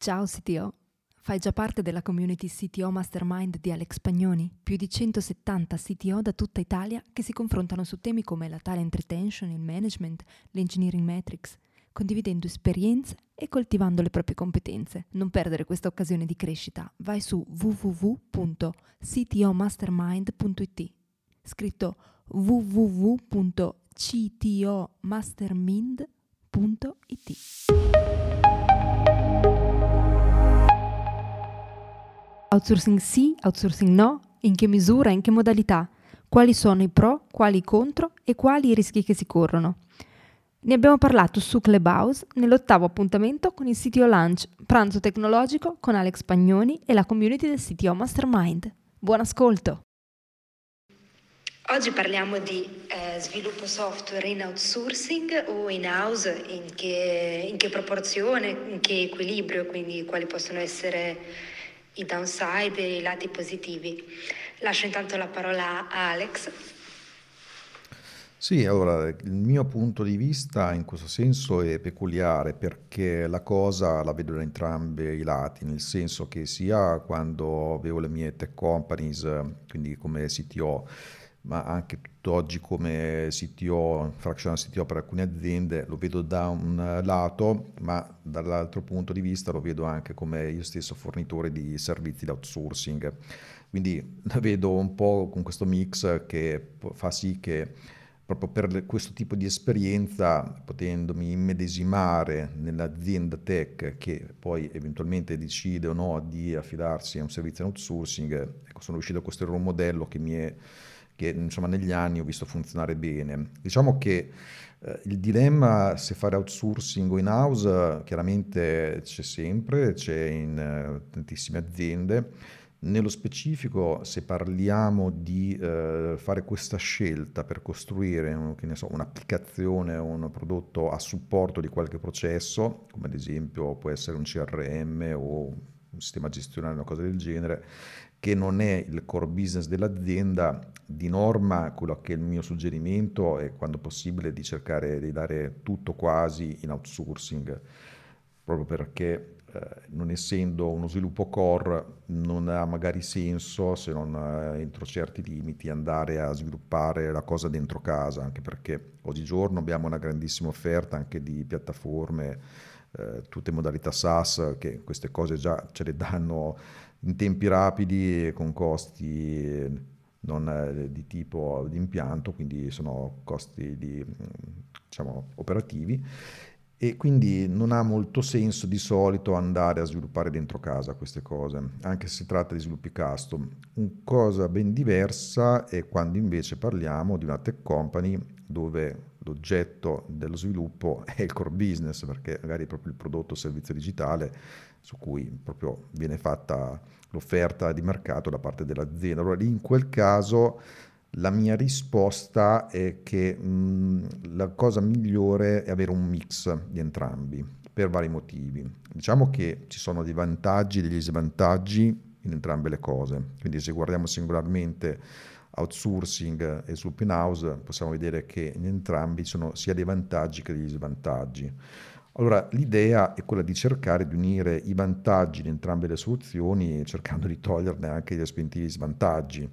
Ciao CTO, fai già parte della community CTO Mastermind di Alex Pagnoni, più di 170 CTO da tutta Italia che si confrontano su temi come la talent retention, il management, l'engineering metrics, condividendo esperienze e coltivando le proprie competenze. Non perdere questa occasione di crescita, vai su www.ctomastermind.it, scritto www.ctomastermind.it. Outsourcing sì, outsourcing no? In che misura, in che modalità? Quali sono i pro, quali i contro e quali i rischi che si corrono? Ne abbiamo parlato su Clubhouse nell'8º appuntamento con il CTO Lunch, pranzo tecnologico con Alex Pagnoni e la community del CTO Mastermind. Buon ascolto! Oggi parliamo di sviluppo software in outsourcing o in house, in che proporzione, in che equilibrio, quindi quali possono essere i downside e i lati positivi. Lascio intanto la parola a Alex. Sì, allora il mio punto di vista in questo senso è peculiare perché la cosa la vedo da entrambi i lati, nel senso che sia quando avevo le mie tech companies, quindi come CTO, ma anche tutt'oggi come CTO, fractional CTO per alcune aziende, lo vedo da un lato, ma dall'altro punto di vista lo vedo anche come io stesso fornitore di servizi di outsourcing. Quindi la vedo un po' con questo mix che fa sì che proprio per questo tipo di esperienza, potendomi immedesimare nell'azienda tech che poi eventualmente decide o no di affidarsi a un servizio in outsourcing, ecco, sono riuscito a costruire un modello che insomma negli anni ho visto funzionare bene. Diciamo che il dilemma se fare outsourcing o in-house chiaramente c'è sempre, c'è in tantissime aziende. Nello specifico, se parliamo di fare questa scelta per costruire che ne so, un'applicazione o un prodotto a supporto di qualche processo, come ad esempio può essere un CRM o un sistema gestionale, una cosa del genere, che non è il core business dell'azienda, di norma quello che è il mio suggerimento è quando possibile di cercare di dare tutto quasi in outsourcing, proprio perché non essendo uno sviluppo core non ha magari senso, se non entro certi limiti, andare a sviluppare la cosa dentro casa, anche perché oggigiorno abbiamo una grandissima offerta anche di piattaforme, tutte modalità SaaS, che queste cose già ce le danno in tempi rapidi e con costi non di tipo di impianto, quindi sono costi diciamo, operativi, e quindi non ha molto senso di solito andare a sviluppare dentro casa queste cose, anche se si tratta di sviluppi custom. Una cosa ben diversa è quando invece parliamo di una tech company dove l'oggetto dello sviluppo è il core business, perché magari è proprio il prodotto o servizio digitale su cui proprio viene fatta l'offerta di mercato da parte dell'azienda. Allora lì in quel caso la mia risposta è che la cosa migliore è avere un mix di entrambi, per vari motivi. Diciamo che ci sono dei vantaggi e degli svantaggi in entrambe le cose, quindi se guardiamo singolarmente outsourcing e sviluppo in house possiamo vedere che in entrambi ci sono sia dei vantaggi che degli svantaggi. Allora, l'idea è quella di cercare di unire i vantaggi di entrambe le soluzioni, cercando di toglierne anche gli rispettivi svantaggi.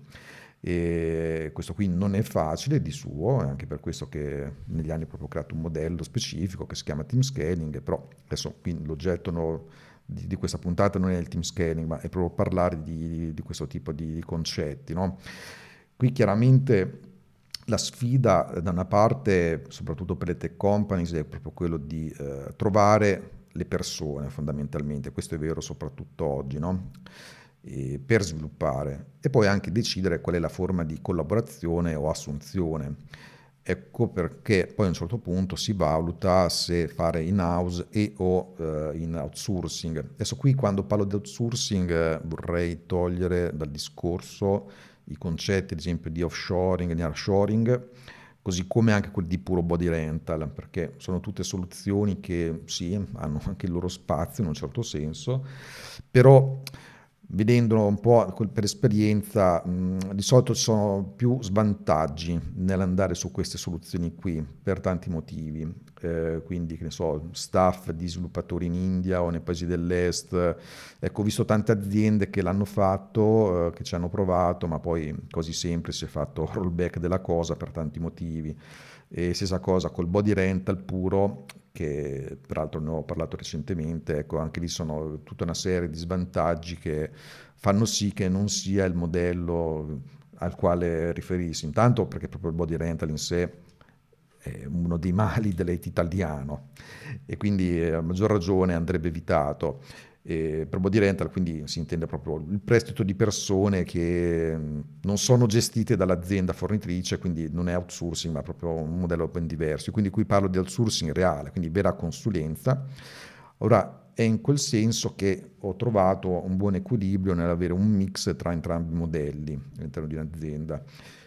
E questo qui non è facile di suo, è anche per questo che negli anni ho proprio creato un modello specifico che si chiama team scaling, però adesso qui l'oggetto di questa puntata non è il team scaling, ma è proprio parlare di questo tipo di concetti, no? Qui chiaramente la sfida da una parte, soprattutto per le tech companies, è proprio quello di trovare le persone fondamentalmente, questo è vero soprattutto oggi, no? Per sviluppare e poi anche decidere qual è la forma di collaborazione o assunzione. Ecco perché poi a un certo punto si valuta se fare in-house e o in outsourcing. Adesso qui quando parlo di outsourcing vorrei togliere dal discorso i concetti ad esempio di offshoring e nearshoring, così come anche quelli di puro body rental, perché sono tutte soluzioni che sì, hanno anche il loro spazio in un certo senso, però vedendolo un po' per esperienza, di solito ci sono più svantaggi nell'andare su queste soluzioni qui per tanti motivi. Quindi, che ne so, staff di sviluppatori in India o nei paesi dell'est. Ecco, ho visto tante aziende che l'hanno fatto, che ci hanno provato, ma poi quasi sempre si è fatto rollback della cosa per tanti motivi. E stessa cosa col body rental puro, che peraltro ne ho parlato recentemente, ecco, anche lì sono tutta una serie di svantaggi che fanno sì che non sia il modello al quale riferirsi. Intanto perché proprio il body rental in sé è uno dei mali dell'ET italiano e quindi a maggior ragione andrebbe evitato. Per body rental quindi si intende proprio il prestito di persone che non sono gestite dall'azienda fornitrice, quindi non è outsourcing ma proprio un modello ben diverso. Quindi qui parlo di outsourcing reale, quindi vera consulenza. Ora è in quel senso che ho trovato un buon equilibrio nell'avere un mix tra entrambi i modelli all'interno di un'azienda.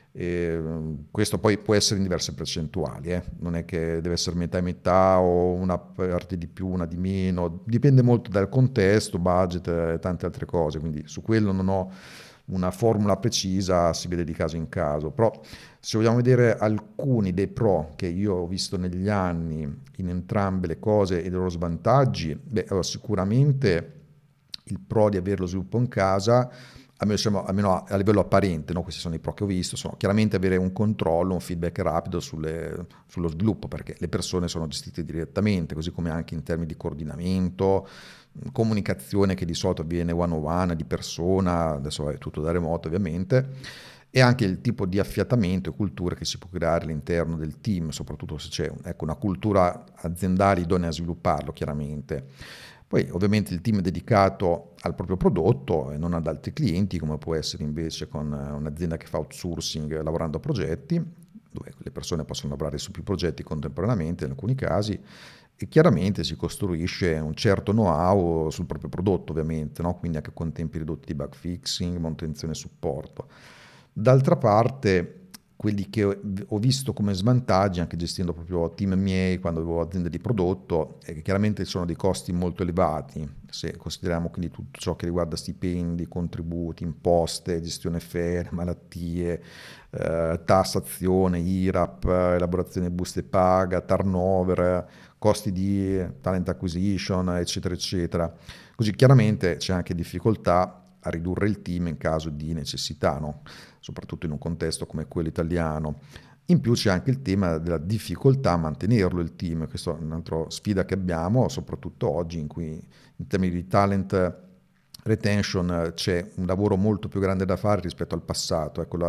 Questo poi può essere in diverse percentuali, non è che deve essere metà e metà o una parte di più, una di meno, dipende molto dal contesto, budget e tante altre cose, quindi su quello non ho una formula precisa, si vede di caso in caso, però se vogliamo vedere alcuni dei pro che io ho visto negli anni in entrambe le cose e i loro svantaggi, beh, allora, sicuramente il pro di avere lo sviluppo in casa, almeno a livello apparente, no? Questi sono i pro che ho visto, sono chiaramente avere un controllo, un feedback rapido sullo sviluppo, perché le persone sono gestite direttamente, così come anche in termini di coordinamento, comunicazione che di solito avviene one-on-one, di persona, adesso è tutto da remoto ovviamente, e anche il tipo di affiatamento e cultura che si può creare all'interno del team, soprattutto se c'è una cultura aziendale idonea a svilupparlo, chiaramente. Poi ovviamente il team è dedicato al proprio prodotto e non ad altri clienti, come può essere invece con un'azienda che fa outsourcing lavorando a progetti, dove le persone possono lavorare su più progetti contemporaneamente in alcuni casi, e chiaramente si costruisce un certo know-how sul proprio prodotto, ovviamente, no? Quindi anche con tempi ridotti di bug fixing, manutenzione e supporto. D'altra parte, quelli che ho visto come svantaggi, anche gestendo proprio team miei quando avevo aziende di prodotto, è che chiaramente ci sono dei costi molto elevati, se consideriamo quindi tutto ciò che riguarda stipendi, contributi, imposte, gestione ferie, malattie, tassazione, IRAP, elaborazione buste paga, turnover, costi di talent acquisition, eccetera, eccetera. Così chiaramente c'è anche difficoltà a ridurre il team in caso di necessità, no? Soprattutto in un contesto come quello italiano. In più c'è anche il tema della difficoltà a mantenerlo il team, questa è un'altra sfida che abbiamo, soprattutto oggi in cui in termini di talent retention c'è un lavoro molto più grande da fare rispetto al passato. Ecco,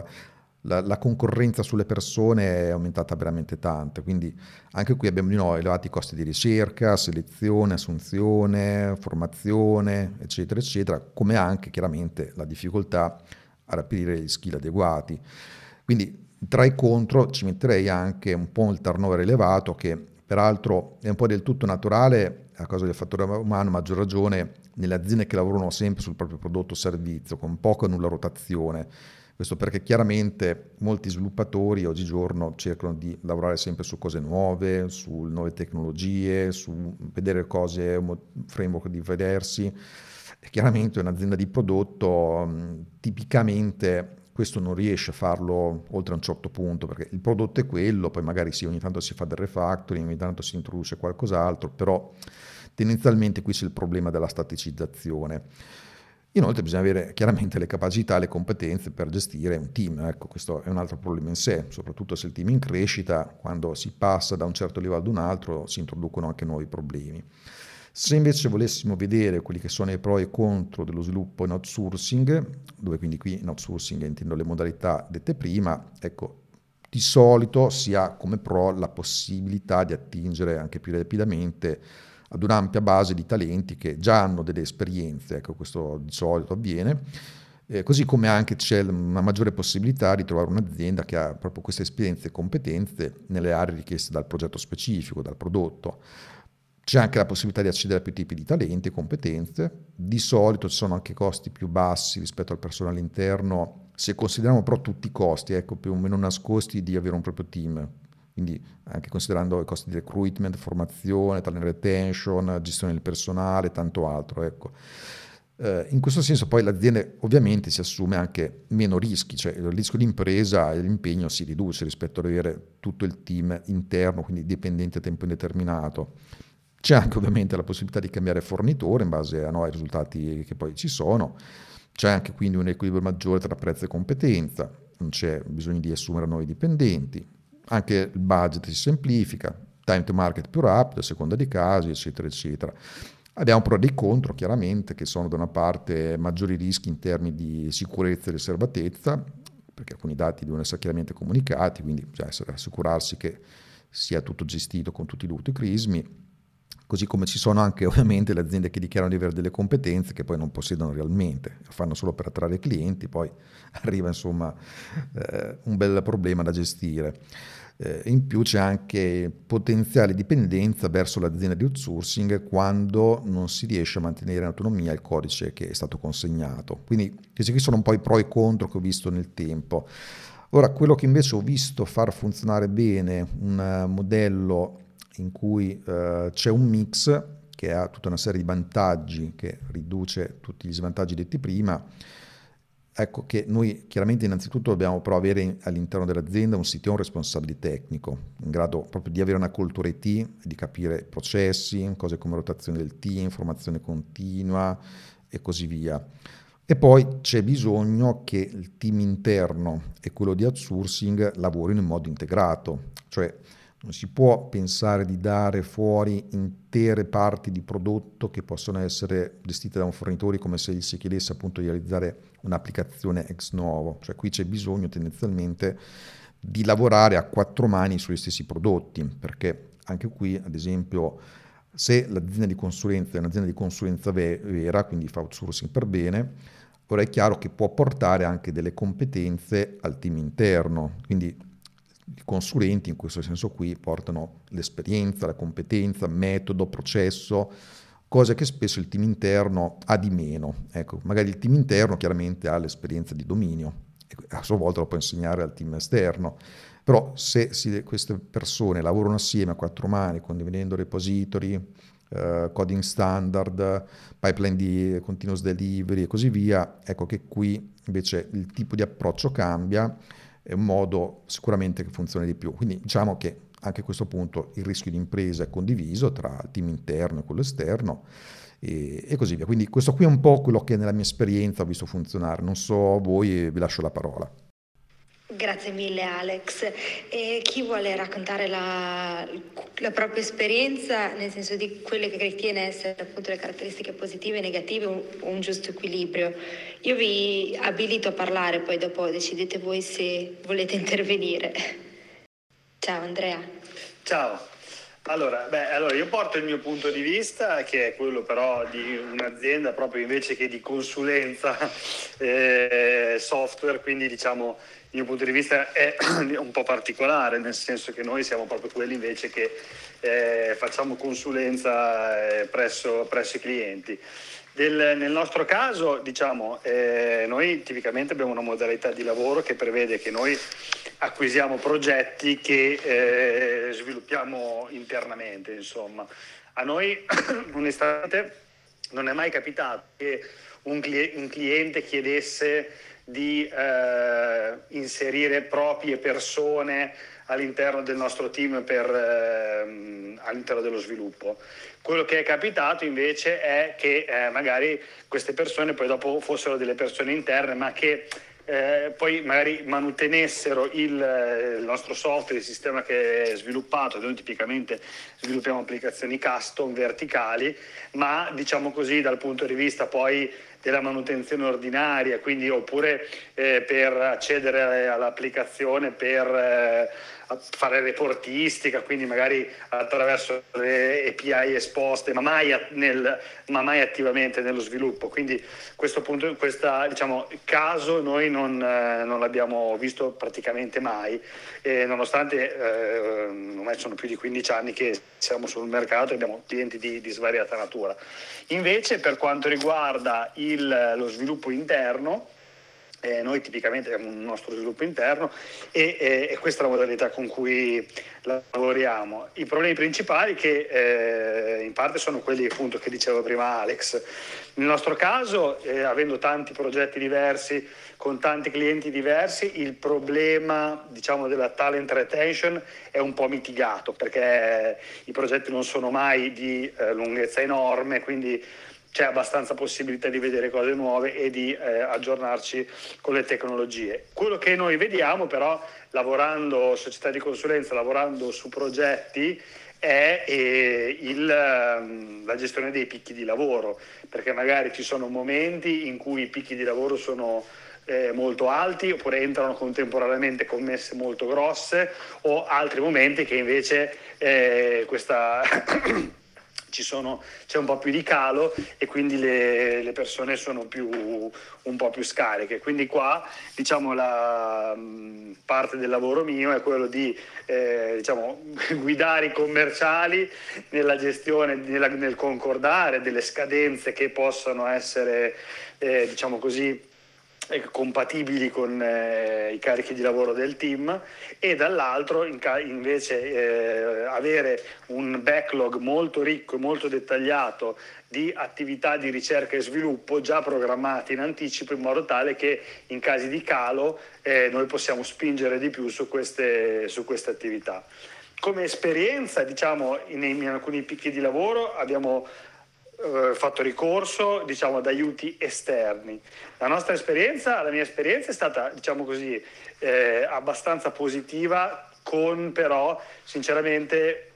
la concorrenza sulle persone è aumentata veramente tanto, quindi anche qui abbiamo di nuovo elevati costi di ricerca, selezione, assunzione, formazione, eccetera, eccetera, come anche chiaramente la difficoltà a rapire gli skill adeguati. Quindi tra i contro ci metterei anche un po' il turnover elevato, che peraltro è un po' del tutto naturale a causa del fattore umano, a maggior ragione nelle aziende che lavorano sempre sul proprio prodotto o servizio, con poca o nulla rotazione. Questo perché chiaramente molti sviluppatori oggigiorno cercano di lavorare sempre su cose nuove, su nuove tecnologie, su vedere cose, framework diversi. E chiaramente un'azienda di prodotto tipicamente questo non riesce a farlo oltre a un certo punto, perché il prodotto è quello, poi magari sì, ogni tanto si fa del refactoring, ogni tanto si introduce qualcos'altro, però tendenzialmente qui c'è il problema della staticizzazione. Inoltre bisogna avere chiaramente le capacità e le competenze per gestire un team, ecco, questo è un altro problema in sé, soprattutto se il team è in crescita, quando si passa da un certo livello ad un altro si introducono anche nuovi problemi. Se invece volessimo vedere quelli che sono i pro e i contro dello sviluppo in outsourcing, dove quindi qui in outsourcing intendo le modalità dette prima, ecco, di solito si ha come pro la possibilità di attingere anche più rapidamente ad un'ampia base di talenti che già hanno delle esperienze, ecco, questo di solito avviene, così come anche c'è una maggiore possibilità di trovare un'azienda che ha proprio queste esperienze e competenze nelle aree richieste dal progetto specifico, dal prodotto. C'è anche la possibilità di accedere a più tipi di talenti e competenze, di solito ci sono anche costi più bassi rispetto al personale interno, se consideriamo però tutti i costi, ecco, più o meno nascosti di avere un proprio team, quindi anche considerando i costi di recruitment, formazione, talent retention, gestione del personale, tanto altro, ecco. In questo senso poi l'azienda ovviamente si assume anche meno rischi, cioè il rischio di impresa e l'impegno si riduce rispetto ad avere tutto il team interno, quindi dipendente a tempo indeterminato. C'è anche ovviamente la possibilità di cambiare fornitore in base ai risultati che poi ci sono, c'è anche quindi un equilibrio maggiore tra prezzo e competenza, non c'è bisogno di assumere nuovi dipendenti, anche il budget si semplifica, time to market più rapido a seconda dei casi, eccetera, eccetera. Abbiamo però dei contro, chiaramente, che sono da una parte maggiori rischi in termini di sicurezza e riservatezza, perché alcuni dati devono essere chiaramente comunicati, quindi bisogna assicurarsi che sia tutto gestito con tutti i dovuti crismi, così come ci sono anche ovviamente le aziende che dichiarano di avere delle competenze che poi non possiedono realmente, lo fanno solo per attrarre clienti, poi arriva insomma un bel problema da gestire. In più c'è anche potenziale dipendenza verso l'azienda di outsourcing quando non si riesce a mantenere in autonomia il codice che è stato consegnato. Quindi questi qui sono un po' i pro e i contro che ho visto nel tempo. Ora, quello che invece ho visto far funzionare bene un modello in cui c'è un mix che ha tutta una serie di vantaggi che riduce tutti gli svantaggi detti prima. Ecco che noi chiaramente innanzitutto dobbiamo però avere all'interno dell'azienda un CTO, un responsabile tecnico, in grado proprio di avere una cultura IT, di capire processi, cose come rotazione del team, formazione continua e così via. E poi c'è bisogno che il team interno e quello di outsourcing lavorino in modo integrato, cioè non si può pensare di dare fuori intere parti di prodotto che possono essere gestite da un fornitore come se gli si chiedesse appunto di realizzare un'applicazione ex novo. Cioè qui c'è bisogno tendenzialmente di lavorare a quattro mani sugli stessi prodotti, perché anche qui, ad esempio, se l'azienda di consulenza è un'azienda di consulenza vera, quindi fa outsourcing per bene, ora è chiaro che può portare anche delle competenze al team interno, quindi i consulenti in questo senso qui portano l'esperienza, la competenza, metodo, processo, cose che spesso il team interno ha di meno. Ecco, magari il team interno chiaramente ha l'esperienza di dominio e a sua volta lo può insegnare al team esterno. Però se queste persone lavorano assieme a quattro mani, condividendo repository, coding standard, pipeline di continuous delivery e così via, ecco che qui invece il tipo di approccio cambia, è un modo sicuramente che funziona di più. Quindi diciamo che anche a questo punto il rischio di impresa è condiviso tra il team interno e quello esterno e così via. Quindi questo qui è un po' quello che nella mia esperienza ho visto funzionare. Non so voi, vi lascio la parola. Grazie mille Alex. E chi vuole raccontare la propria esperienza, nel senso di quelle che ritiene essere appunto le caratteristiche positive e negative, un giusto equilibrio? Io vi abilito a parlare, poi dopo decidete voi se volete intervenire. Ciao Andrea. Ciao. Allora io porto il mio punto di vista, che è quello però di un'azienda proprio invece che di consulenza software, quindi diciamo il mio punto di vista è un po' particolare, nel senso che noi siamo proprio quelli invece che facciamo consulenza presso i clienti. Nel nostro caso, diciamo, noi tipicamente abbiamo una modalità di lavoro che prevede che noi acquisiamo progetti che sviluppiamo internamente, insomma. A noi, onestamente, non è mai capitato che un cliente chiedesse di inserire proprie persone all'interno del nostro team all'interno dello sviluppo. Quello che è capitato invece è che magari queste persone poi dopo fossero delle persone interne, ma che poi magari manutenessero il nostro software, il sistema che è sviluppato. Noi tipicamente sviluppiamo applicazioni custom verticali, ma diciamo così dal punto di vista poi della manutenzione ordinaria, quindi oppure per accedere all'applicazione per fare reportistica, quindi magari attraverso le API esposte, ma mai attivamente nello sviluppo. Quindi questo diciamo, caso noi non l'abbiamo visto praticamente mai, nonostante ormai sono più di 15 anni che siamo sul mercato e abbiamo clienti di svariata natura. Invece per quanto riguarda lo sviluppo interno, Noi tipicamente abbiamo un nostro sviluppo interno e questa è la modalità con cui lavoriamo. I problemi principali che in parte sono quelli appunto che diceva prima Alex. Nel nostro caso, avendo tanti progetti diversi, con tanti clienti diversi, il problema diciamo della talent retention è un po' mitigato, perché i progetti non sono mai di lunghezza enorme, quindi c'è abbastanza possibilità di vedere cose nuove e di aggiornarci con le tecnologie. Quello che noi vediamo però, lavorando società di consulenza, lavorando su progetti, è la gestione dei picchi di lavoro, perché magari ci sono momenti in cui i picchi di lavoro sono molto alti, oppure entrano contemporaneamente commesse molto grosse, o altri momenti che invece questa c'è un po' più di calo e quindi le persone sono un po' più scariche. Quindi qua diciamo la parte del lavoro mio è quello di diciamo, guidare i commerciali nella gestione, nel concordare delle scadenze che possano essere diciamo così compatibili con i carichi di lavoro del team, e dall'altro invece avere un backlog molto ricco e molto dettagliato di attività di ricerca e sviluppo già programmati in anticipo, in modo tale che in casi di calo noi possiamo spingere di più su queste attività. Come esperienza, diciamo, in alcuni picchi di lavoro abbiamo fatto ricorso, diciamo, ad aiuti esterni. La mia esperienza è stata, diciamo così, abbastanza positiva, con però sinceramente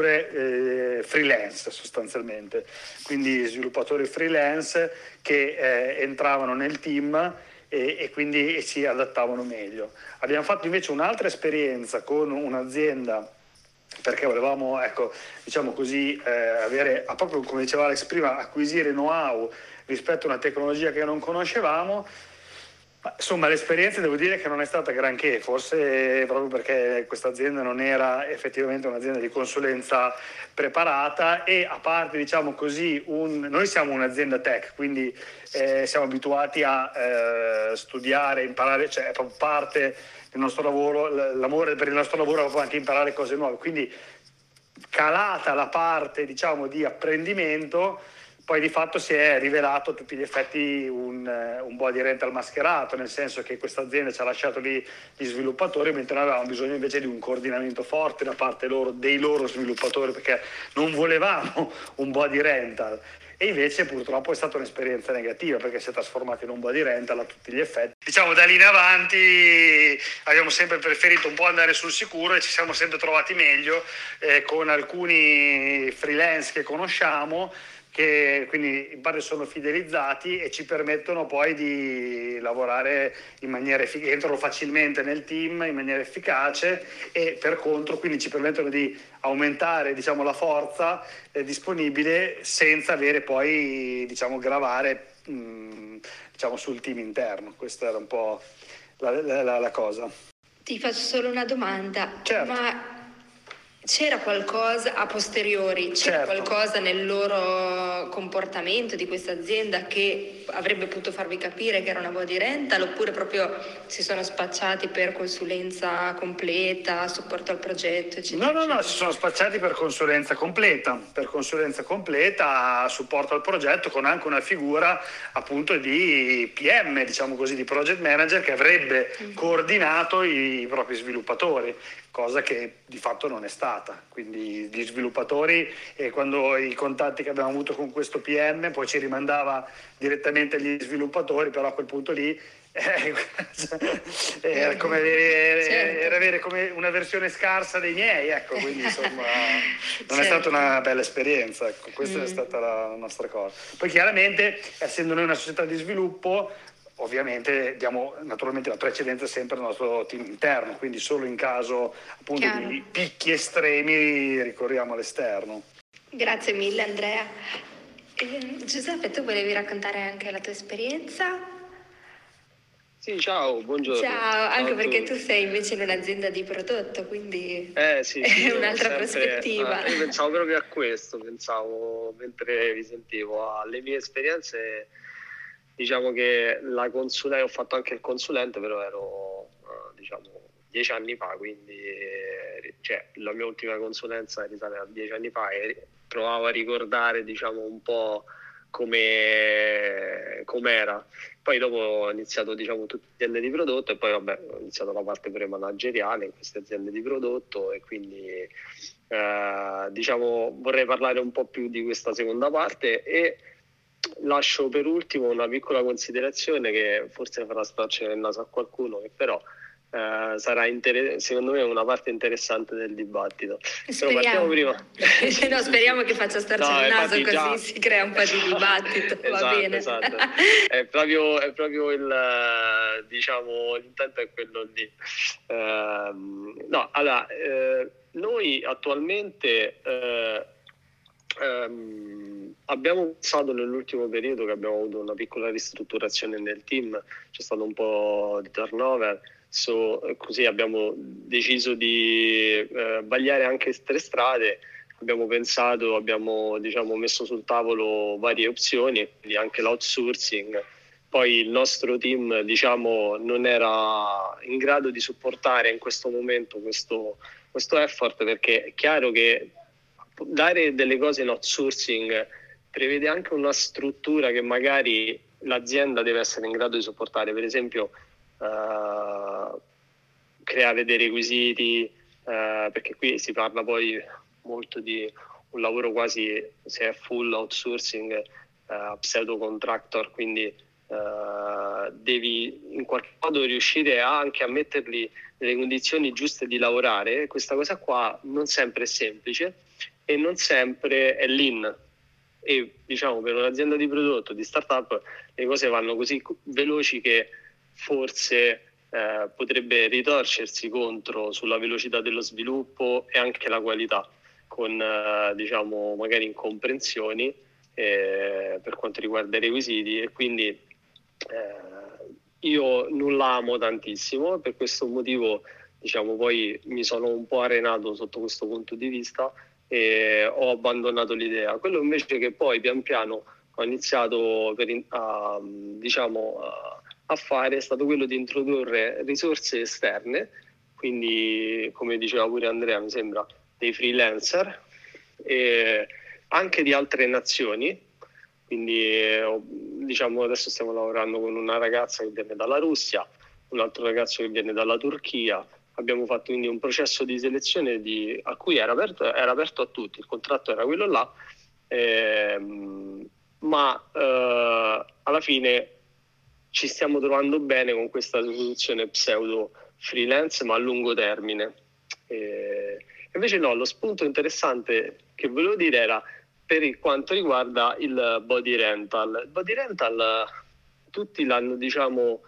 figure freelance sostanzialmente, quindi sviluppatori freelance che entravano nel team e quindi si adattavano meglio. Abbiamo fatto invece un'altra esperienza con un'azienda, perché volevamo, ecco, diciamo così, avere, proprio come diceva Alex prima, acquisire know-how rispetto a una tecnologia che non conoscevamo. Ma, insomma, l'esperienza devo dire che non è stata granché, forse proprio perché questa azienda non era effettivamente un'azienda di consulenza preparata, e a parte, diciamo così, noi siamo un'azienda tech, quindi siamo abituati a studiare, imparare, cioè è proprio parte del nostro lavoro, l'amore per il nostro lavoro è proprio anche imparare cose nuove, quindi calata la parte, diciamo, di apprendimento, poi di fatto si è rivelato a tutti gli effetti un body rental mascherato, nel senso che questa azienda ci ha lasciato lì gli sviluppatori, mentre noi avevamo bisogno invece di un coordinamento forte da parte dei loro sviluppatori, perché non volevamo un body rental. E invece purtroppo è stata un'esperienza negativa, perché si è trasformato in un body rental a tutti gli effetti. Diciamo, da lì in avanti abbiamo sempre preferito un po' andare sul sicuro e ci siamo sempre trovati meglio con alcuni freelance che conosciamo, che quindi in parte sono fidelizzati e ci permettono poi di lavorare in maniera efficace, entrano facilmente nel team in maniera efficace, e per contro quindi ci permettono di aumentare, diciamo, la forza disponibile senza avere poi, diciamo, gravare diciamo, sul team interno. Questa era un po' la cosa. Ti faccio solo una domanda, Certo. ma c'era qualcosa a posteriori, c'era qualcosa nel loro comportamento di questa azienda che avrebbe potuto farvi capire che era una body rental, oppure proprio si sono spacciati per consulenza completa, supporto al progetto, eccetera? No, si sono spacciati per consulenza completa, supporto al progetto, con anche una figura appunto di PM, diciamo così, di project manager, che avrebbe coordinato i propri sviluppatori, cosa che di fatto non è stata. Quindi gli sviluppatori, quando i contatti che abbiamo avuto con questo PM, poi ci rimandava direttamente agli sviluppatori, però a quel punto lì era come avere come una versione scarsa dei miei, ecco, quindi insomma non è stata una bella esperienza, ecco. Questa è stata la nostra cosa. Poi chiaramente, essendo noi una società di sviluppo, ovviamente diamo naturalmente la precedenza sempre al nostro team interno, quindi solo in caso appunto di picchi estremi ricorriamo all'esterno. Grazie mille Andrea. Giuseppe, tu volevi raccontare anche la tua esperienza? Sì, ciao, buongiorno. Ciao, anche perché tu sei invece in un'azienda di prodotto, quindi sì, è un'altra prospettiva. Io pensavo proprio a questo, mentre vi sentivo, alle mie esperienze diciamo che ho fatto anche il consulente, però ero diciamo 10 anni fa, quindi cioè, la mia ultima consulenza risale a 10 anni fa e provavo a ricordare diciamo un po' com'era. Poi dopo ho iniziato diciamo tutte le aziende di prodotto e poi vabbè ho iniziato la parte pure manageriale in queste aziende di prodotto e quindi diciamo vorrei parlare un po' più di questa seconda parte e lascio per ultimo una piccola considerazione che forse farà starcene il naso a qualcuno, che però sarà secondo me una parte interessante del dibattito. Però partiamo prima. No, speriamo che faccia starcene il naso, così già si crea un po' di dibattito. Esatto, va bene. Esatto. È proprio il diciamo l'intento è quello lì. No, allora noi attualmente abbiamo pensato nell'ultimo periodo che abbiamo avuto una piccola ristrutturazione nel team, c'è stato un po' di turnover, così abbiamo deciso di vagliare anche 3 strade. Abbiamo pensato, abbiamo diciamo messo sul tavolo varie opzioni, quindi anche l'outsourcing. Poi il nostro team diciamo non era in grado di supportare in questo momento questo effort, perché è chiaro che dare delle cose in outsourcing prevede anche una struttura che magari l'azienda deve essere in grado di supportare, per esempio creare dei requisiti, perché qui si parla poi molto di un lavoro quasi, se è full outsourcing, pseudo contractor, quindi devi in qualche modo riuscire anche a metterli nelle condizioni giuste di lavorare. Questa cosa qua non sempre è semplice e non sempre è lean, e diciamo per un'azienda di prodotto, di startup, le cose vanno così veloci che forse potrebbe ritorcersi contro sulla velocità dello sviluppo e anche la qualità, con diciamo magari incomprensioni per quanto riguarda i requisiti, e quindi io non la amo tantissimo, per questo motivo diciamo poi mi sono un po' arenato sotto questo punto di vista e ho abbandonato l'idea. Quello invece che poi pian piano ho iniziato a fare è stato quello di introdurre risorse esterne, quindi come diceva pure Andrea mi sembra dei freelancer anche di altre nazioni, quindi diciamo adesso stiamo lavorando con una ragazza che viene dalla Russia, un altro ragazzo che viene dalla Turchia. Abbiamo fatto quindi un processo di selezione a cui era aperto a tutti, il contratto era quello là, ma alla fine ci stiamo trovando bene con questa soluzione pseudo freelance ma a lungo termine. Invece no, lo spunto interessante che volevo dire era per quanto riguarda il body rental. Il body rental tutti l'hanno diciamo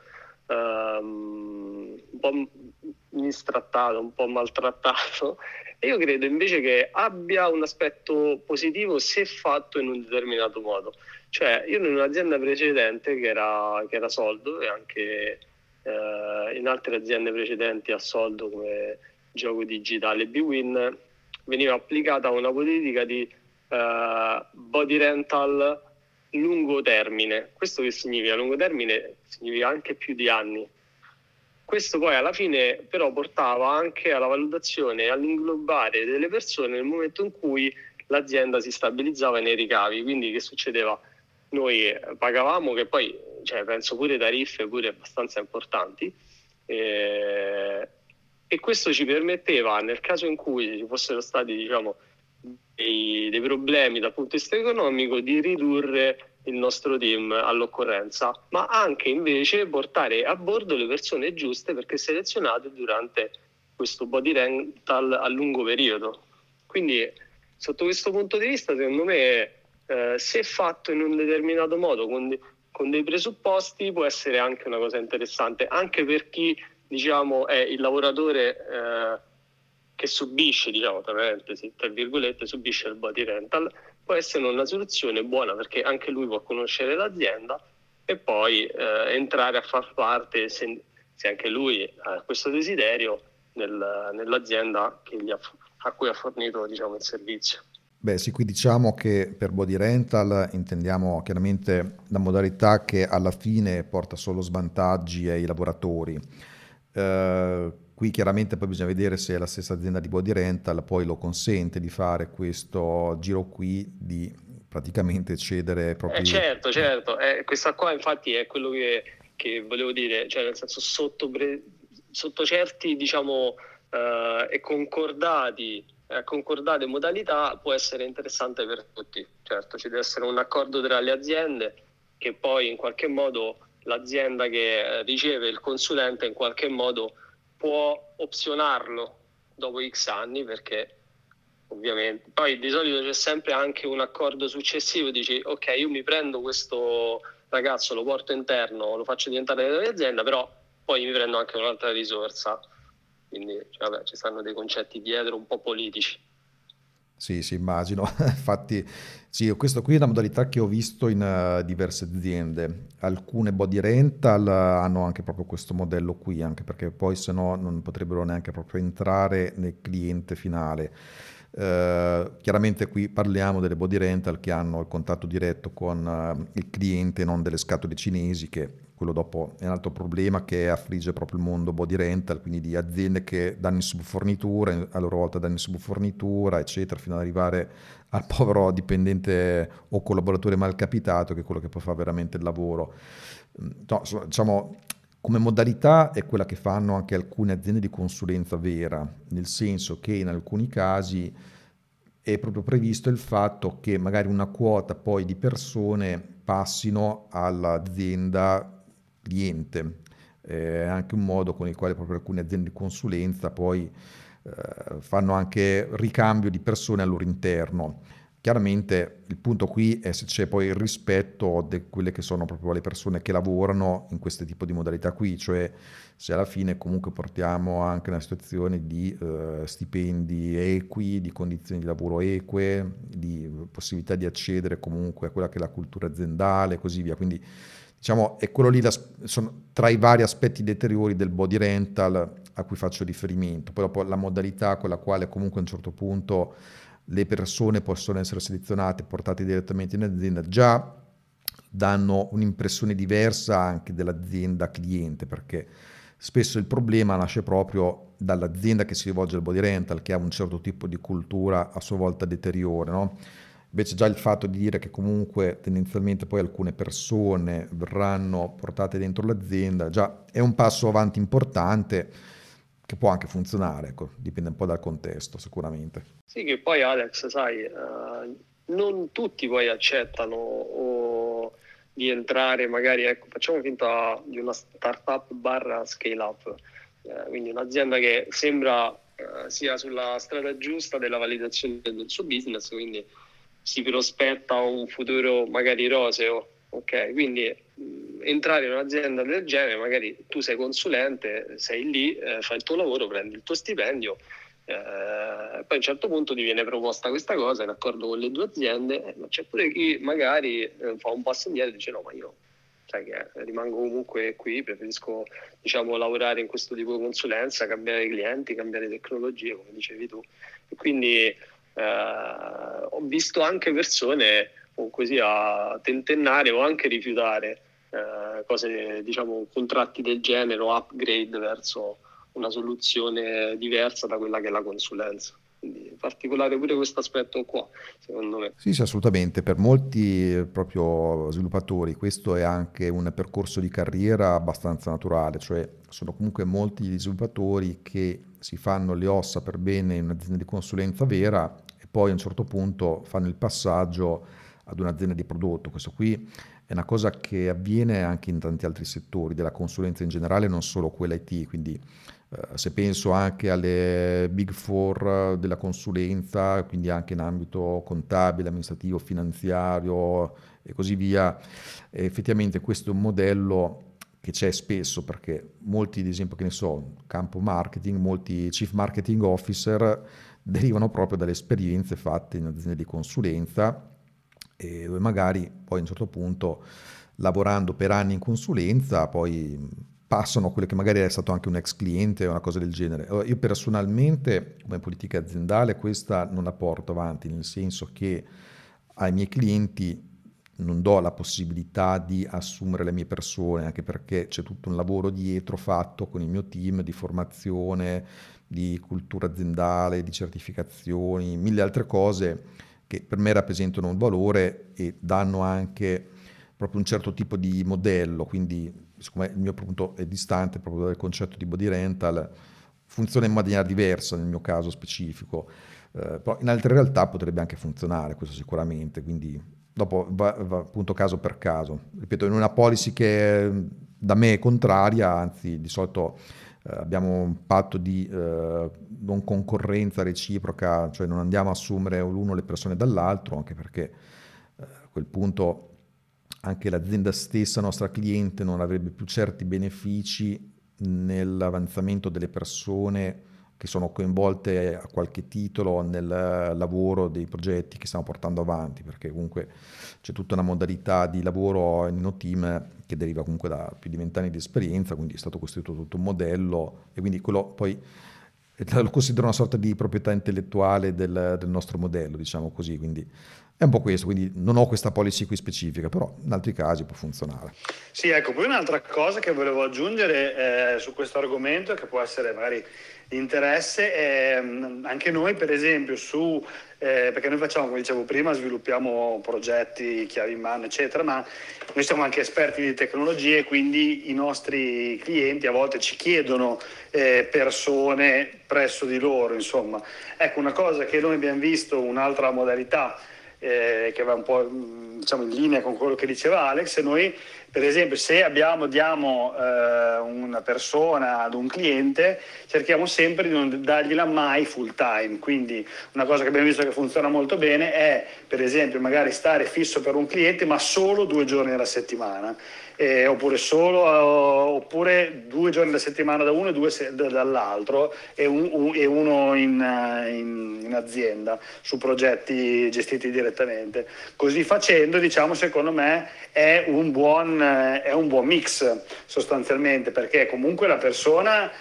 un po' mistrattato, un po' maltrattato, e io credo invece che abbia un aspetto positivo se fatto in un determinato modo. Cioè io in un'azienda precedente che era Soldo, e anche in altre aziende precedenti a Soldo come Gioco Digitale bwin, veniva applicata una politica di body rental lungo termine. Questo che significa? Lungo termine significa anche più di anni. Questo poi alla fine però portava anche alla valutazione e all'inglobare delle persone nel momento in cui l'azienda si stabilizzava nei ricavi. Quindi che succedeva? Noi pagavamo, che poi penso pure tariffe pure abbastanza importanti, e questo ci permetteva, nel caso in cui ci fossero stati diciamo dei problemi dal punto di vista economico, di ridurre il nostro team all'occorrenza, ma anche invece portare a bordo le persone giuste perché selezionate durante questo body rental a lungo periodo. Quindi sotto questo punto di vista secondo me se fatto in un determinato modo con dei presupposti può essere anche una cosa interessante, anche per chi diciamo è il lavoratore che subisce, diciamo tra virgolette, subisce il body rental. Può essere una soluzione buona perché anche lui può conoscere l'azienda e poi entrare a far parte, se anche lui ha questo desiderio, nell'azienda a cui ha fornito diciamo il servizio. Beh, sì, qui diciamo che per body rental intendiamo chiaramente la modalità che alla fine porta solo svantaggi ai lavoratori. Qui chiaramente poi bisogna vedere se la stessa azienda di body rental poi lo consente di fare questo giro qui, di praticamente cedere i propri... Certo, certo, questa qua infatti è quello che volevo dire, cioè nel senso sotto certi, diciamo, e concordate modalità può essere interessante per tutti. Certo, ci deve essere un accordo tra le aziende che poi in qualche modo l'azienda che riceve il consulente in qualche modo può opzionarlo dopo X anni, perché ovviamente poi di solito c'è sempre anche un accordo successivo, dici ok, io mi prendo questo ragazzo, lo porto interno, lo faccio diventare della mia azienda, però poi mi prendo anche un'altra risorsa, quindi cioè, vabbè, ci stanno dei concetti dietro un po' politici. Sì, sì, immagino. Infatti, sì, questo qui è una modalità che ho visto in diverse aziende. Alcune body rental hanno anche proprio questo modello qui, anche perché poi se no non potrebbero neanche proprio entrare nel cliente finale. Chiaramente qui parliamo delle body rental che hanno il contatto diretto con il cliente, non delle scatole cinesi, che quello dopo è un altro problema che affligge proprio il mondo body rental, quindi di aziende che danno in subfornitura, a loro volta danno in subfornitura, eccetera, fino ad arrivare al povero dipendente o collaboratore mal capitato, che è quello che poi fa veramente il lavoro. No, diciamo, come modalità è quella che fanno anche alcune aziende di consulenza vera, nel senso che in alcuni casi è proprio previsto il fatto che magari una quota poi di persone passino all'azienda cliente. È anche un modo con il quale proprio alcune aziende di consulenza poi fanno anche ricambio di persone al loro interno. Chiaramente il punto qui è se c'è poi il rispetto di quelle che sono proprio le persone che lavorano in questo tipo di modalità qui, cioè se alla fine comunque portiamo anche una situazione di stipendi equi, di condizioni di lavoro eque, di possibilità di accedere comunque a quella che è la cultura aziendale e così via. Quindi diciamo è quello lì sono tra i vari aspetti deteriori del body rental a cui faccio riferimento. Poi dopo la modalità con la quale comunque a un certo punto le persone possono essere selezionate e portate direttamente in azienda, già danno un'impressione diversa anche dell'azienda cliente, perché spesso il problema nasce proprio dall'azienda che si rivolge al body rental, che ha un certo tipo di cultura a sua volta deteriore, no? Invece già il fatto di dire che comunque tendenzialmente poi alcune persone verranno portate dentro l'azienda, già è un passo avanti importante che può anche funzionare, ecco, dipende un po' dal contesto sicuramente. Sì, che poi Alex, sai, non tutti poi accettano di entrare, magari, ecco, facciamo finta di una startup barra scale up, quindi un'azienda che sembra sia sulla strada giusta della validazione del suo business, quindi si prospetta un futuro magari roseo, ok? Quindi entrare in un'azienda del genere, magari tu sei consulente, sei lì, fai il tuo lavoro, prendi il tuo stipendio, poi a un certo punto ti viene proposta questa cosa in accordo con le due aziende, ma c'è pure chi magari fa un passo indietro e dice no, ma io sai che rimango comunque qui, preferisco diciamo lavorare in questo tipo di consulenza, cambiare clienti, cambiare tecnologie, come dicevi tu. E quindi ho visto anche persone comunque sia tentennare o anche rifiutare cose, diciamo, contratti del genere o upgrade verso una soluzione diversa da quella che è la consulenza. Quindi è particolare pure questo aspetto qua, secondo me. Sì, sì, assolutamente. Per molti proprio sviluppatori questo è anche un percorso di carriera abbastanza naturale, cioè sono comunque molti gli sviluppatori che si fanno le ossa per bene in un'azienda di consulenza vera e poi a un certo punto fanno il passaggio ad un'azienda di prodotto. Questo qui è una cosa che avviene anche in tanti altri settori della consulenza in generale, non solo quella IT, quindi se penso anche alle Big Four della consulenza, quindi anche in ambito contabile, amministrativo, finanziario e così via, effettivamente questo è un modello che c'è spesso perché molti, ad esempio, che ne so, campo marketing, molti chief marketing officer derivano proprio dalle esperienze fatte in aziende di consulenza e dove magari poi a un certo punto lavorando per anni in consulenza poi passano a quello che magari è stato anche un ex cliente o una cosa del genere. Io personalmente, come politica aziendale, questa non la porto avanti, nel senso che ai miei clienti non do la possibilità di assumere le mie persone, anche perché c'è tutto un lavoro dietro fatto con il mio team di formazione, di cultura aziendale, di certificazioni, mille altre cose che per me rappresentano un valore e danno anche proprio un certo tipo di modello, quindi siccome il mio punto è distante proprio dal concetto di body rental, funziona in maniera diversa nel mio caso specifico, però in altre realtà potrebbe anche funzionare, questo sicuramente, quindi dopo va appunto caso per caso. Ripeto, in una policy che da me è contraria, anzi di solito abbiamo un patto di non concorrenza reciproca, cioè non andiamo a assumere l'uno le persone dall'altro, anche perché a quel punto anche l'azienda stessa, nostra cliente, non avrebbe più certi benefici nell'avanzamento delle persone che sono coinvolte a qualche titolo nel lavoro dei progetti che stiamo portando avanti, perché comunque c'è tutta una modalità di lavoro in no team che deriva comunque da più di 20 anni di esperienza, quindi è stato costruito tutto un modello e quindi quello poi lo considero una sorta di proprietà intellettuale del nostro modello, diciamo così, quindi è un po' questo, quindi non ho questa policy qui specifica, però in altri casi può funzionare. Sì, ecco, poi un'altra cosa che volevo aggiungere su questo argomento, che può essere magari di interesse, è anche noi per esempio perché noi facciamo, come dicevo prima, sviluppiamo progetti, chiavi in mano, eccetera, ma noi siamo anche esperti di tecnologie, quindi i nostri clienti a volte ci chiedono persone presso di loro, insomma. Ecco, una cosa che noi abbiamo visto, un'altra modalità che va un po' diciamo in linea con quello che diceva Alex, e noi per esempio se diamo una persona ad un cliente, cerchiamo sempre di non dargliela mai full time, quindi una cosa che abbiamo visto che funziona molto bene è per esempio magari stare fisso per un cliente ma solo 2 giorni alla settimana, oppure 2 giorni alla settimana da uno e 2 dall'altro e uno in azienda su progetti gestiti direttamente. Così facendo, diciamo, secondo me è un buon mix sostanzialmente, perché comunque la persona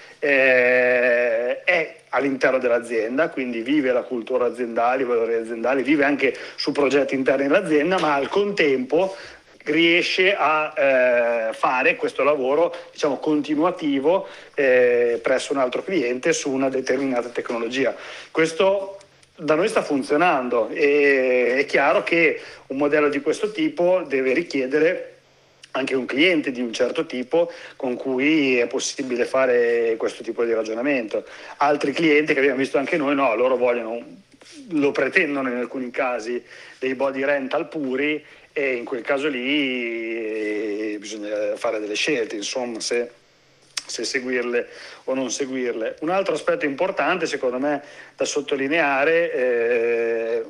è all'interno dell'azienda, quindi vive la cultura aziendale, i valori aziendali, vive anche su progetti interni dell'azienda, ma al contempo riesce a fare questo lavoro, diciamo, continuativo presso un altro cliente su una determinata tecnologia. Questo da noi sta funzionando e è chiaro che un modello di questo tipo deve richiedere anche un cliente di un certo tipo con cui è possibile fare questo tipo di ragionamento. Altri clienti che abbiamo visto anche noi, no, loro lo pretendono in alcuni casi dei body rental puri, e in quel caso lì bisogna fare delle scelte, insomma, se seguirle o non seguirle. Un altro aspetto importante secondo me da sottolineare,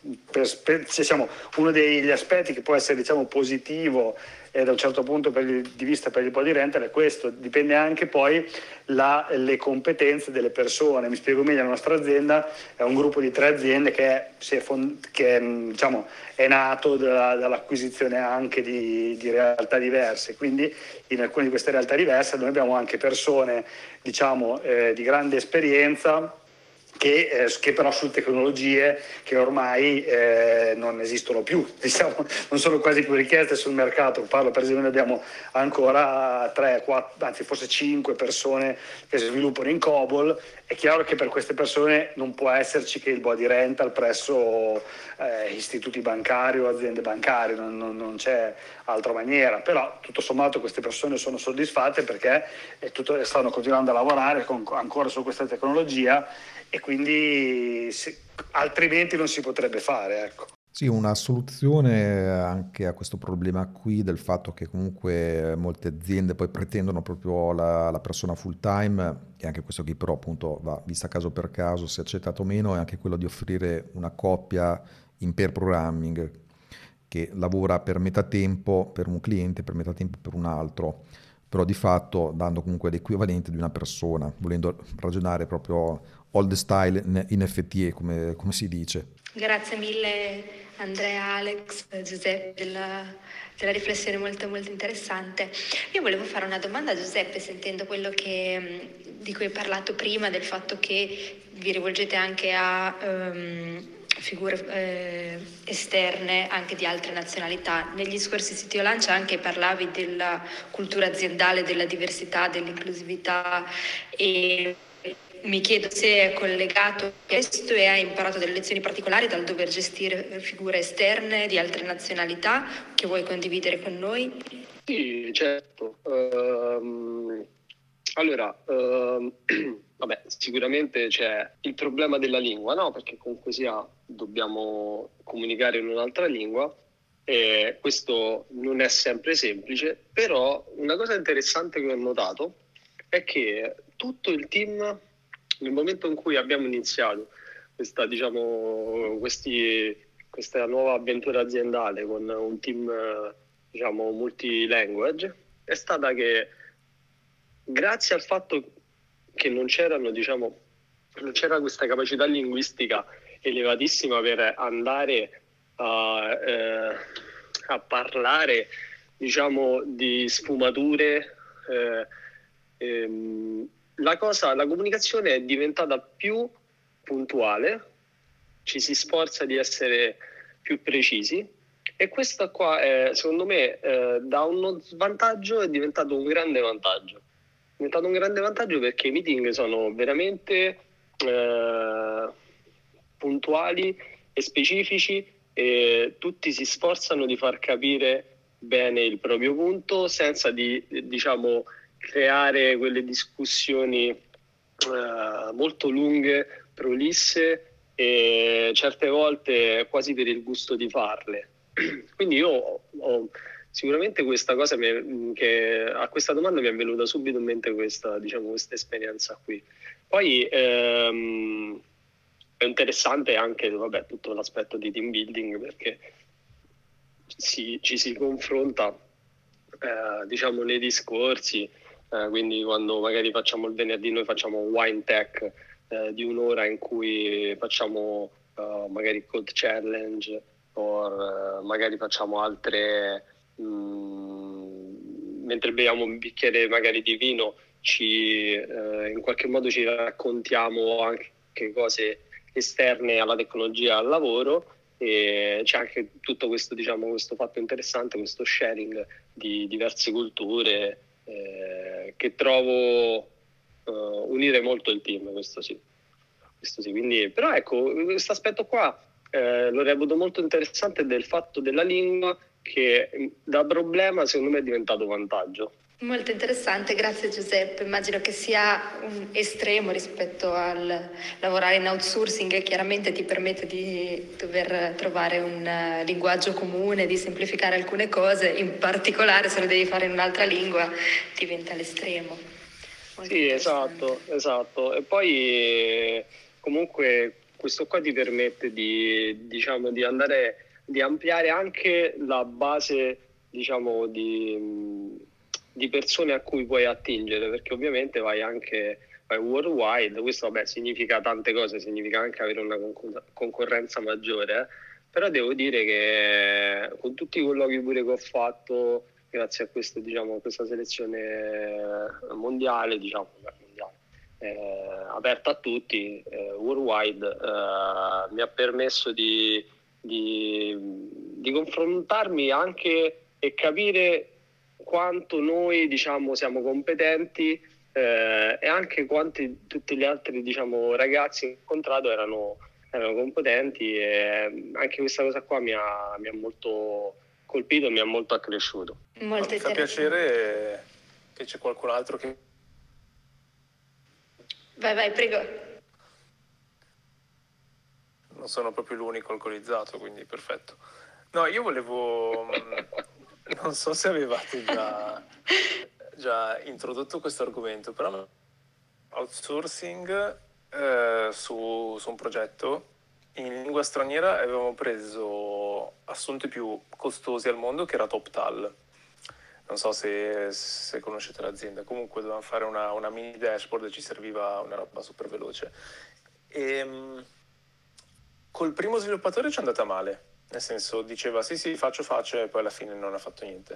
uno degli aspetti che può essere, diciamo, positivo da un certo punto di vista per il body rental è questo: dipende anche poi le competenze delle persone. Mi spiego meglio: la nostra azienda è un gruppo di 3 aziende che diciamo, è nato dall'acquisizione anche di realtà diverse, quindi in alcune di queste realtà diverse noi abbiamo anche persone, diciamo, di grande esperienza che però su tecnologie che ormai non esistono più, diciamo, non sono quasi più richieste sul mercato. Parlo per esempio, noi abbiamo ancora 3, 4, anzi forse 5 persone che sviluppano in COBOL. È chiaro che per queste persone non può esserci che il body rental presso istituti bancari o aziende bancarie, non c'è altra maniera, però tutto sommato queste persone sono soddisfatte perché stanno continuando a lavorare ancora su questa tecnologia, e quindi altrimenti non si potrebbe fare, ecco. Sì, una soluzione anche a questo problema qui del fatto che comunque molte aziende poi pretendono proprio la persona full time, e anche questo qui però appunto va vista caso per caso se accettato o meno, è anche quello di offrire una coppia in pair programming che lavora per metà tempo per un cliente, per metà tempo per un altro, però di fatto dando comunque l'equivalente di una persona, volendo ragionare proprio old style in FTE come si dice. Grazie mille Andrea, Alex, Giuseppe della riflessione molto molto interessante. Io volevo fare una domanda a Giuseppe, sentendo quello di cui hai parlato prima, del fatto che vi rivolgete anche a figure esterne, anche di altre nazionalità. Negli scorsi siti io lancia anche parlavi della cultura aziendale, della diversità, dell'inclusività, e mi chiedo se è collegato a questo e hai imparato delle lezioni particolari dal dover gestire figure esterne di altre nazionalità che vuoi condividere con noi? Sì, certo. Allora, vabbè, sicuramente c'è il problema della lingua, no? Perché comunque sia dobbiamo comunicare in un'altra lingua e questo non è sempre semplice, però una cosa interessante che ho notato è che tutto il team, nel momento in cui abbiamo iniziato questa, diciamo, questa nuova avventura aziendale con un team, diciamo, multilanguage, è stata che grazie al fatto che non c'erano, diciamo, non c'era questa capacità linguistica elevatissima per andare a parlare, diciamo, di sfumature. La comunicazione è diventata più puntuale, ci si sforza di essere più precisi e questo qua è, secondo me, da uno svantaggio è diventato un grande vantaggio. È diventato un grande vantaggio perché i meeting sono veramente puntuali e specifici e tutti si sforzano di far capire bene il proprio punto senza di, diciamo, creare quelle discussioni molto lunghe, prolisse e certe volte quasi per il gusto di farle. Quindi io ho sicuramente questa cosa che a questa domanda mi è venuta subito in mente questa, diciamo, questa esperienza qui. Poi è interessante anche, vabbè, tutto l'aspetto di team building perché ci si confronta diciamo nei discorsi, quindi quando magari facciamo il venerdì noi facciamo un wine tech di un'ora in cui facciamo magari code challenge o magari facciamo altre mentre beviamo un bicchiere magari di vino in qualche modo ci raccontiamo anche cose esterne alla tecnologia, al lavoro e c'è anche tutto questo, diciamo, questo fatto interessante, questo sharing di diverse culture che trovo unire molto il team, questo sì. Quindi, però ecco, questo aspetto qua lo reputo molto interessante del fatto della lingua che da problema secondo me è diventato vantaggio. Molto interessante, grazie Giuseppe. Immagino che sia un estremo rispetto al lavorare in outsourcing e chiaramente ti permette di dover trovare un linguaggio comune, di semplificare alcune cose, in particolare se lo devi fare in un'altra lingua diventa l'estremo. Molto sì, esatto. E poi comunque questo qua ti permette di, diciamo, di andare, di ampliare anche la base, diciamo, di persone a cui puoi attingere, perché ovviamente vai worldwide, questo vabbè significa tante cose, significa anche avere una concorrenza maggiore, però devo dire che con tutti i colloqui pure che ho fatto, grazie a questo, diciamo, questa selezione mondiale, diciamo, aperta a tutti, worldwide, mi ha permesso di confrontarmi anche e capire quanto noi, diciamo, siamo competenti e anche quanti tutti gli altri, diciamo, ragazzi che ho incontrato erano competenti e anche questa cosa qua mi ha molto colpito e mi ha molto accresciuto. Molto mi fa piacere che c'è qualcun altro che... Vai, prego. Non sono proprio l'unico alcolizzato, quindi perfetto. No, io volevo... non so se avevate già introdotto questo argomento, però outsourcing su un progetto in lingua straniera avevamo preso assunti più costosi al mondo che era TopTal. Non so se conoscete l'azienda, comunque dovevamo fare una mini dashboard e ci serviva una roba super veloce. Col primo sviluppatore ci è andata male, nel senso diceva sì faccio e poi alla fine non ha fatto niente.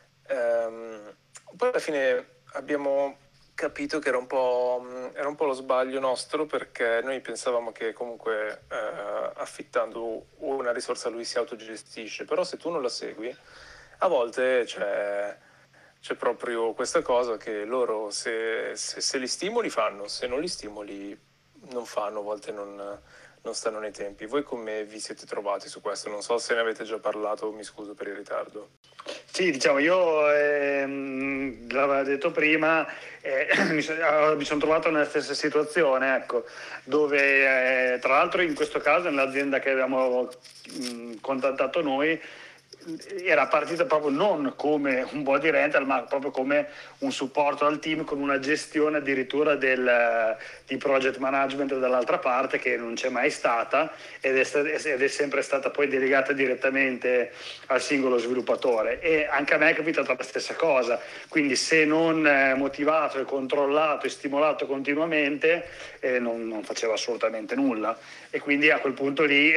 Poi alla fine abbiamo capito che era un po' lo sbaglio nostro, perché noi pensavamo che comunque affittando una risorsa lui si autogestisce, però se tu non la segui a volte c'è proprio questa cosa che loro se li stimoli fanno, se non li stimoli non fanno, a volte non stanno nei tempi. Voi come vi siete trovati su questo? Non so se ne avete già parlato, mi scuso per il ritardo. Sì, diciamo, io l'avevo detto prima, mi sono trovato nella stessa situazione, ecco, dove tra l'altro in questo caso nell'azienda che abbiamo contattato noi era partita proprio non come un body rental, ma proprio come un supporto al team, con una gestione addirittura di project management dall'altra parte, che non c'è mai stata ed è sempre stata poi delegata direttamente al singolo sviluppatore. E anche a me è capitata la stessa cosa, quindi se non motivato e controllato e stimolato continuamente non faceva assolutamente nulla, e quindi a quel punto lì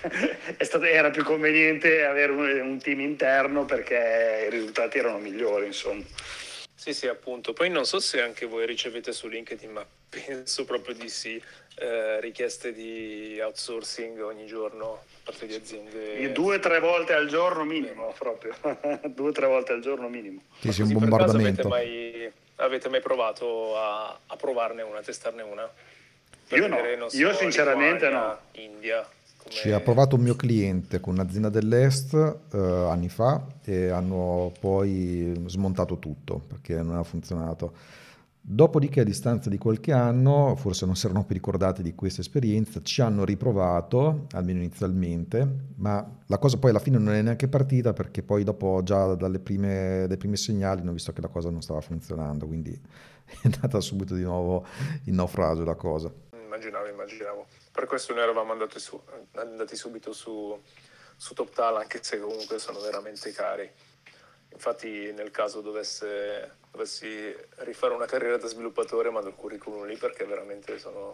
era più conveniente avere un team interno, perché i risultati erano migliori, insomma. Sì, appunto. Poi non so se anche voi ricevete su LinkedIn, ma penso proprio di sì, richieste di outsourcing ogni giorno da parte di aziende. 2 o 3 volte al giorno minimo, proprio 2 o 3 volte al giorno minimo. Sì, un bombardamento. Avete mai provato a provarne una, a testarne una? Io no, io sinceramente Lituania, no. India. Ci ha provato un mio cliente con un'azienda dell'Est anni fa, e hanno poi smontato tutto perché non ha funzionato. Dopodiché, a distanza di qualche anno, forse non si erano più ricordati di questa esperienza, ci hanno riprovato, almeno inizialmente, ma la cosa poi alla fine non è neanche partita, perché poi dopo, già dai primi segnali, hanno visto che la cosa non stava funzionando, quindi è andata subito di nuovo in naufragio la cosa. Immaginavo. Per questo noi eravamo andati subito su TopTal, anche se comunque sono veramente cari. Infatti nel caso dovessi rifare una carriera da sviluppatore, mando il curriculum lì, perché veramente sono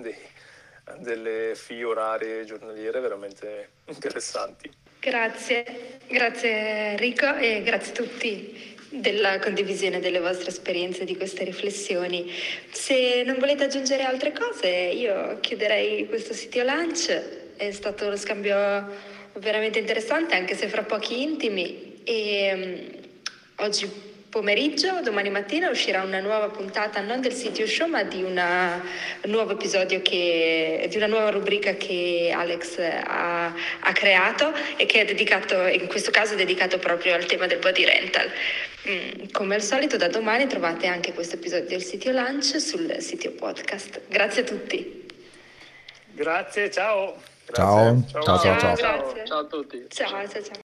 delle fee orarie giornaliere veramente interessanti. Grazie Enrico, e grazie a tutti della condivisione delle vostre esperienze, di queste riflessioni. Se non volete aggiungere altre cose, io chiuderei questo sito lunch. È stato uno scambio veramente interessante, anche se fra pochi intimi, e oggi pomeriggio, domani mattina, uscirà una nuova puntata, non del CTO Show, ma di un nuovo episodio, di una nuova rubrica che Alex ha creato, e che è dedicato, in questo caso è dedicato proprio al tema del body rental. Come al solito, da domani trovate anche questo episodio del CTO Lunch sul CTO Podcast. Grazie a tutti. Grazie, ciao. Ciao. Grazie. Ciao. Grazie. Ciao a tutti. Ciao.